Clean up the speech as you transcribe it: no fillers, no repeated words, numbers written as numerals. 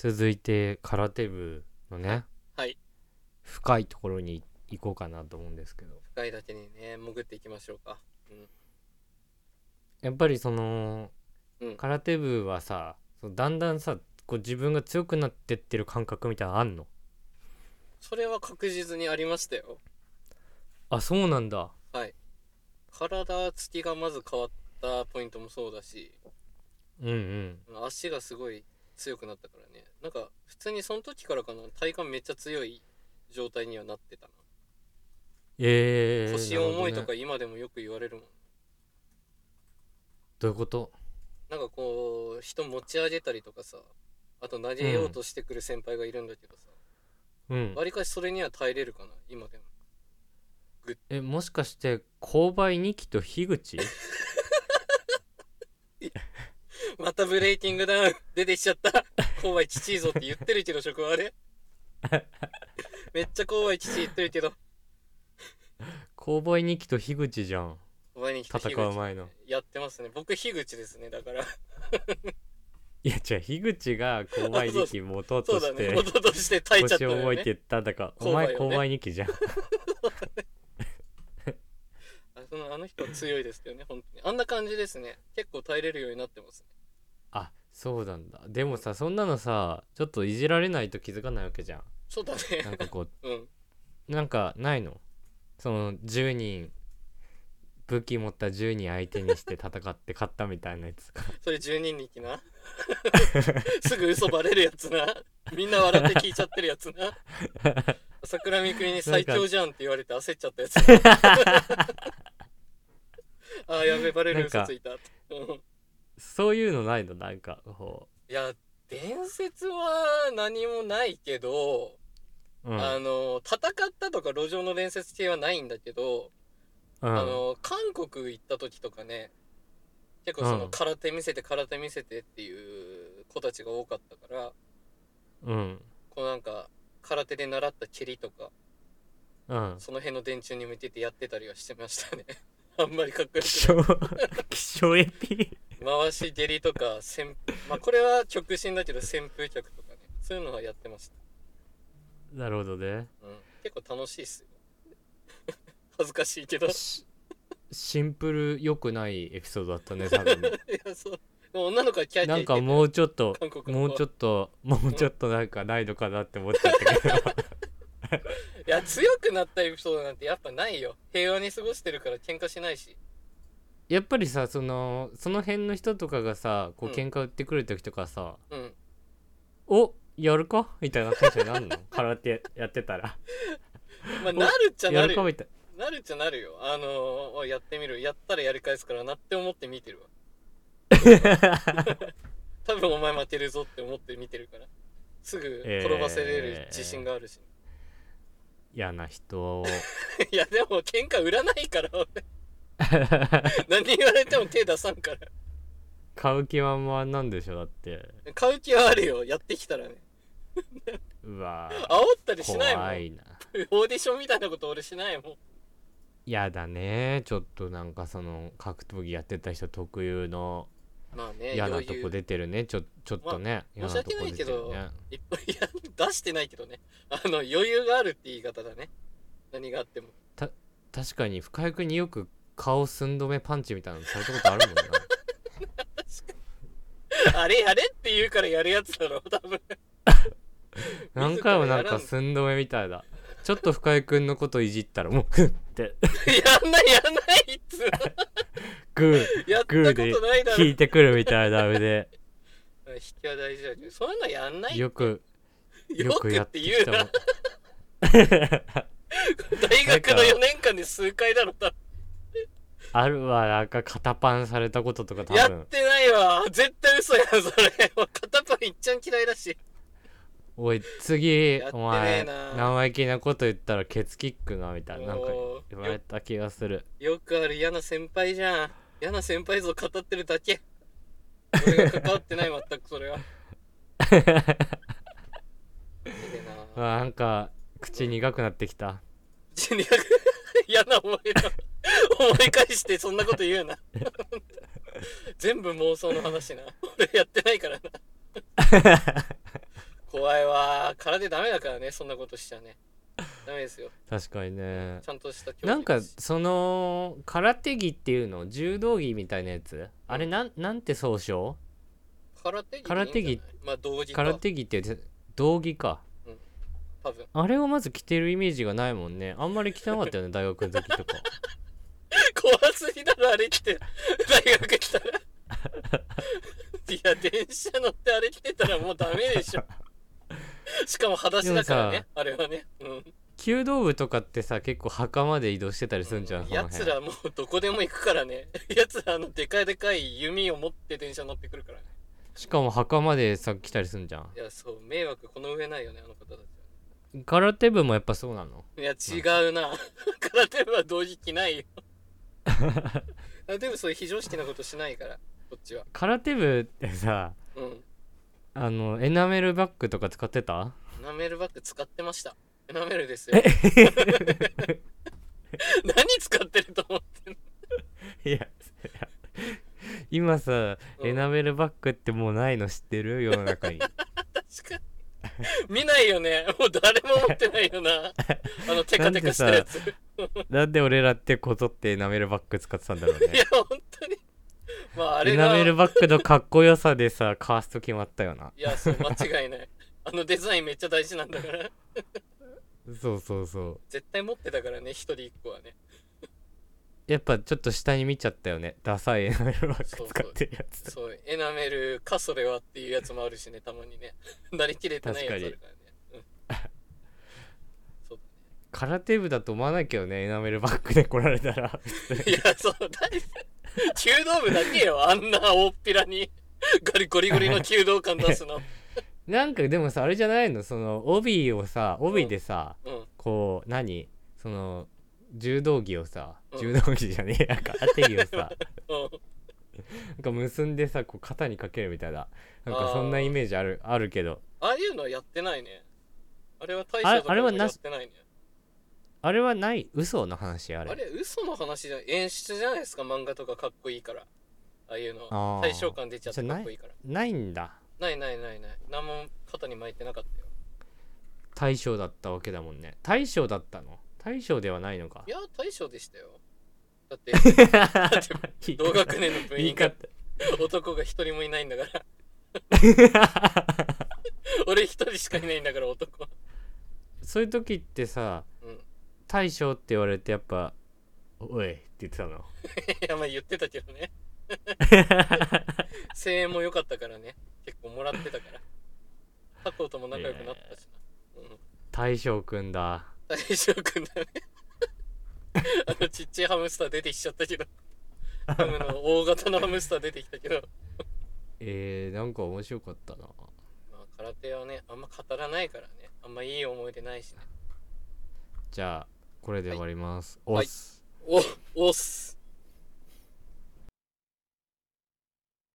続いて空手部のね、 はい。 深いところに行こうかなと思うんですけど、 深いだけにね、潜っていきましょうか。 やっぱりそのうん。うん。 空手部はさ、だんだんさ、こう自分が強くなってってる感覚みたいなのあんの？ それは確実にありましたよ。 あ、そうなんだ。 はい。体つきがまず変わったポイントもそうだし、 うんうん。 足がすごい強くなったからね。なんか、普通にその時からかな、体幹めっちゃ強い状態にはなってたな。腰なるほどね。 重いとか今でもよく言われるもん。 どういうこと？ なんかこう、人持ち上げたりとかさ、あと投げよううんとしてくる先輩がいるんだけどさ、 うん。 わりかしそれには耐えれるかな、今でも。グッもしかして購買2期と樋口？ またブレイキングダウン出てきちゃった。購買父いぞって言ってるけど、職場で。めっちゃ購買父言ってるけど、 購買2期と樋口じゃん。 購買に来た戦樋口、 う前の。 やってますね。僕、樋口ですね、だから。 いや、じゃあ樋口が購あ、そう、 買2期持とうそうだね。 として元として耐えちゃった腰重いってのよね。 言ったんだから、お購買をね。 前購買2期じゃん。 あの人は強いですけどね、本当に。あんな感じですね。結構耐えれるようになってますね。 あ、そうなんだ。でもうん。 さ、そんなのさ、ちょっといじられないと気づかないわけじゃん。 そうだね。 なんかこうん。 う、なんかないの？その10人、武器持った10人相手にして戦って勝ったみたいなやつか。 それ10人力な。すぐ嘘バレるやつな。みんな笑って聞いちゃってるやつな。桜見くになんか、 最強じゃんって言われて焦っちゃったやつな。あー、やべえ、バレる、 なんか、 嘘ついた。うん。 そういうのないの？なんか、こいや、伝説は何もないけど、 う、うん、 戦ったとか路上の伝説系はないんだけど、 うん、 韓国行った時とかね、結構そのうん、 空手見せて空手見せてっていう子たちが多かったから、 うん、 こうなんか空手で習った蹴りとか、 うん。 その辺の電柱に向けてやってたりはしてましたね。あんまりかっこよくない。 気象、気象エピ。 回し蹴りとか、まあこれは極真だけど旋風脚とかね、そういうのはやってました。 なるほどね。 うん。結構楽しいっすよ。恥ずかしいけど。いしシンプル良くないエピソードだったね、多分。 や、そう。でも女の子はキャーキャなんかー言ってたよ。 もうちょっと、 韓国の子は。 もうちょっと、もううん。 ちょっとなんかないのかなって思っちゃったけど。 いや、強くなったエピソードなんてやっぱないよ。平和に過ごしてるから喧嘩しないし。 やっぱりさ、その辺の人とかがさ、こううん。 喧嘩売ってくる時とかさ、 うん。 お、やるかみたいなテンションになるの？空手やってたら。 まあ、なお、 るっちゃやなるよ。 るかみたいなるっちゃなるよ。やってみる。やったらやり返すからなって思って見てるわ。俺は。 な。 多分お前負けるぞって思って見てるから。すぐ転ばせれる自信があるし。 嫌な人。 いや、でも喧嘩売らないから、俺。何言われても手出さんから。 買う気はまあなんでしょ？だって。 買う気はあるよ。やってきたらね。 うわ煽ったりしないもん。 怖いな。 オーディションみたいなこと俺しないもん。 やだね。ちょっとなんかその格闘技やってた人特有のまあね、 嫌なとこ余裕。 出てるね。ちょっまあ、 とね。嫌申し訳ないなとこ出けど、 てるね。 いっぱい出してないけどね。余裕があるって言い方だね。何があっても。 確かに深井君によく顔寸止めパンチみたいなのされたことあるもんな。 あれやれって言うからやるやつだろ、多分。 何自回もなんからやらん。 寸止めみたいだ。ちょっと深井君のこといじったらもうふってやんないやんないっつう。 グやっグーでたことないだろ。 引いてくるみたいなので、 引きは大事だけど、そういうのやんないって。 よくよくっよくやって言うな。 てきたもん。 大学のなんか 4年間で数回だろ、多分。 あるわ、なんか肩パンされたこととか多分。 やってないわ。絶対嘘やん、それ。片パンいっちゃん嫌いだし。 おい次やってねえお前な。 生意気なこと言ったらケツキックなみたいななんかも言われた気がする。 よくある嫌な先輩じゃん。嫌な先輩像語ってるだけ。俺が関わってない、全くそれは。いいでな。 なんかうん。 口苦くなってきた。 嫌な思い出思い返してそんなこと言うな。全部妄想の話な。俺やってないからな。 怖いわ。空手ダメだからね、そんなことしちゃね。ダメですよ。 確かにね。 ちゃんとした競技なんかですし。 その空手着っていうの、柔道着みたいなやつ、あれなんて総称？ 空手着でいいんじゃない？まあ道着か。 空手着って道着か。 多分。 あれをまず着てるイメージがないもんね。あんまり着てなかったよね大学の時とか。 怖すぎだろ、あれ着て。大学来たら。いや、電車乗ってあれ着てたらもうダメでしょ。しかも裸足だからね、あれはね。 弓道部とかってさ結構袴で移動してたりすんじゃん、そのや辺。 つらもうどこでも行くからね。やつらでかいでかい弓を持って電車乗ってくるからね。 しかも袴でさ来たりすんじゃん。 いや、そう、迷惑この上ないよね、あの方たちは。 空手部もやっぱそうなの？ いや、違うな。空手部は同時期ないよ。空手部そういう非常識なことしないから、こっちは。 空手部ってさ、エナメルバッグとか使ってた？ エナメルバッグ使ってました。エナメルですよ。何使ってると思ってんの？ いや今さ、エナメルバッグってもうないの知ってる？世の中に。 確かに。見ないよね。もう誰も持ってないよな。テカテカしたやつ。 なんで俺らってこぞってエナメルバッグ使ってたんだろうね。 いや、本当に。まあ、あれが。 エナメルバッグのかっこよさでさ、カースト決まったよな。 いや、そう、間違いない。デザインめっちゃ大事なんだから。 そうそうそう。 絶対持ってたからね、一人一個はね。 やっぱちょっと下に見ちゃったよね。ダサいエナメルバッグ使ってるやつ。 そうエナメルかそれはっていうやつもあるしね、たまにね。なりきれてないやつあるからね。そうだね。 空手部だと思わないけどね、エナメルバッグで来られたら。 いや、そう、弓道部だけよ、あんな大っぴらにゴリゴリの弓道感出すの。 なんかでもさ、あれじゃないの、その帯でさ、 うんこうその柔道着をさ、柔道着じゃねえや、空手着をさ、なんか結んでさ、こう肩にかけるみたいな、なんかそんなイメージあるけど、 ああいうのはやってないね。あれは大将とかでもやってないね。 あれはない、嘘の話？あれ嘘の話じゃない、演出じゃないですか。漫画とかかっこいいから、ああいうの対象感出ちゃってかっこいいから。 ないんだ。 ない何も肩に巻いてなかったよ。 大将だったわけだもんね。大将だったの？大将ではないのか。 いや、大将でしたよ。だって同学年の部員が男が一人もいないんだから俺一人しかいないんだから、男は。 そういう時ってさ、大将って言われてやっぱおいって言ってたの？ いや、まあ言ってたけどね。声援も良かったからね、結構もらってたから。タコとも仲良くなったしな。 大将くんだ。 大将くんだね。ちっちゃいハムスター出てきちゃったけど、ハムの大型のハムスター出てきたけど、 なんか面白かったな。 まあ空手はね、あんま語らないからね、あんまいい思い出ないしね。 じゃあこれで終わります。 はい、おっす。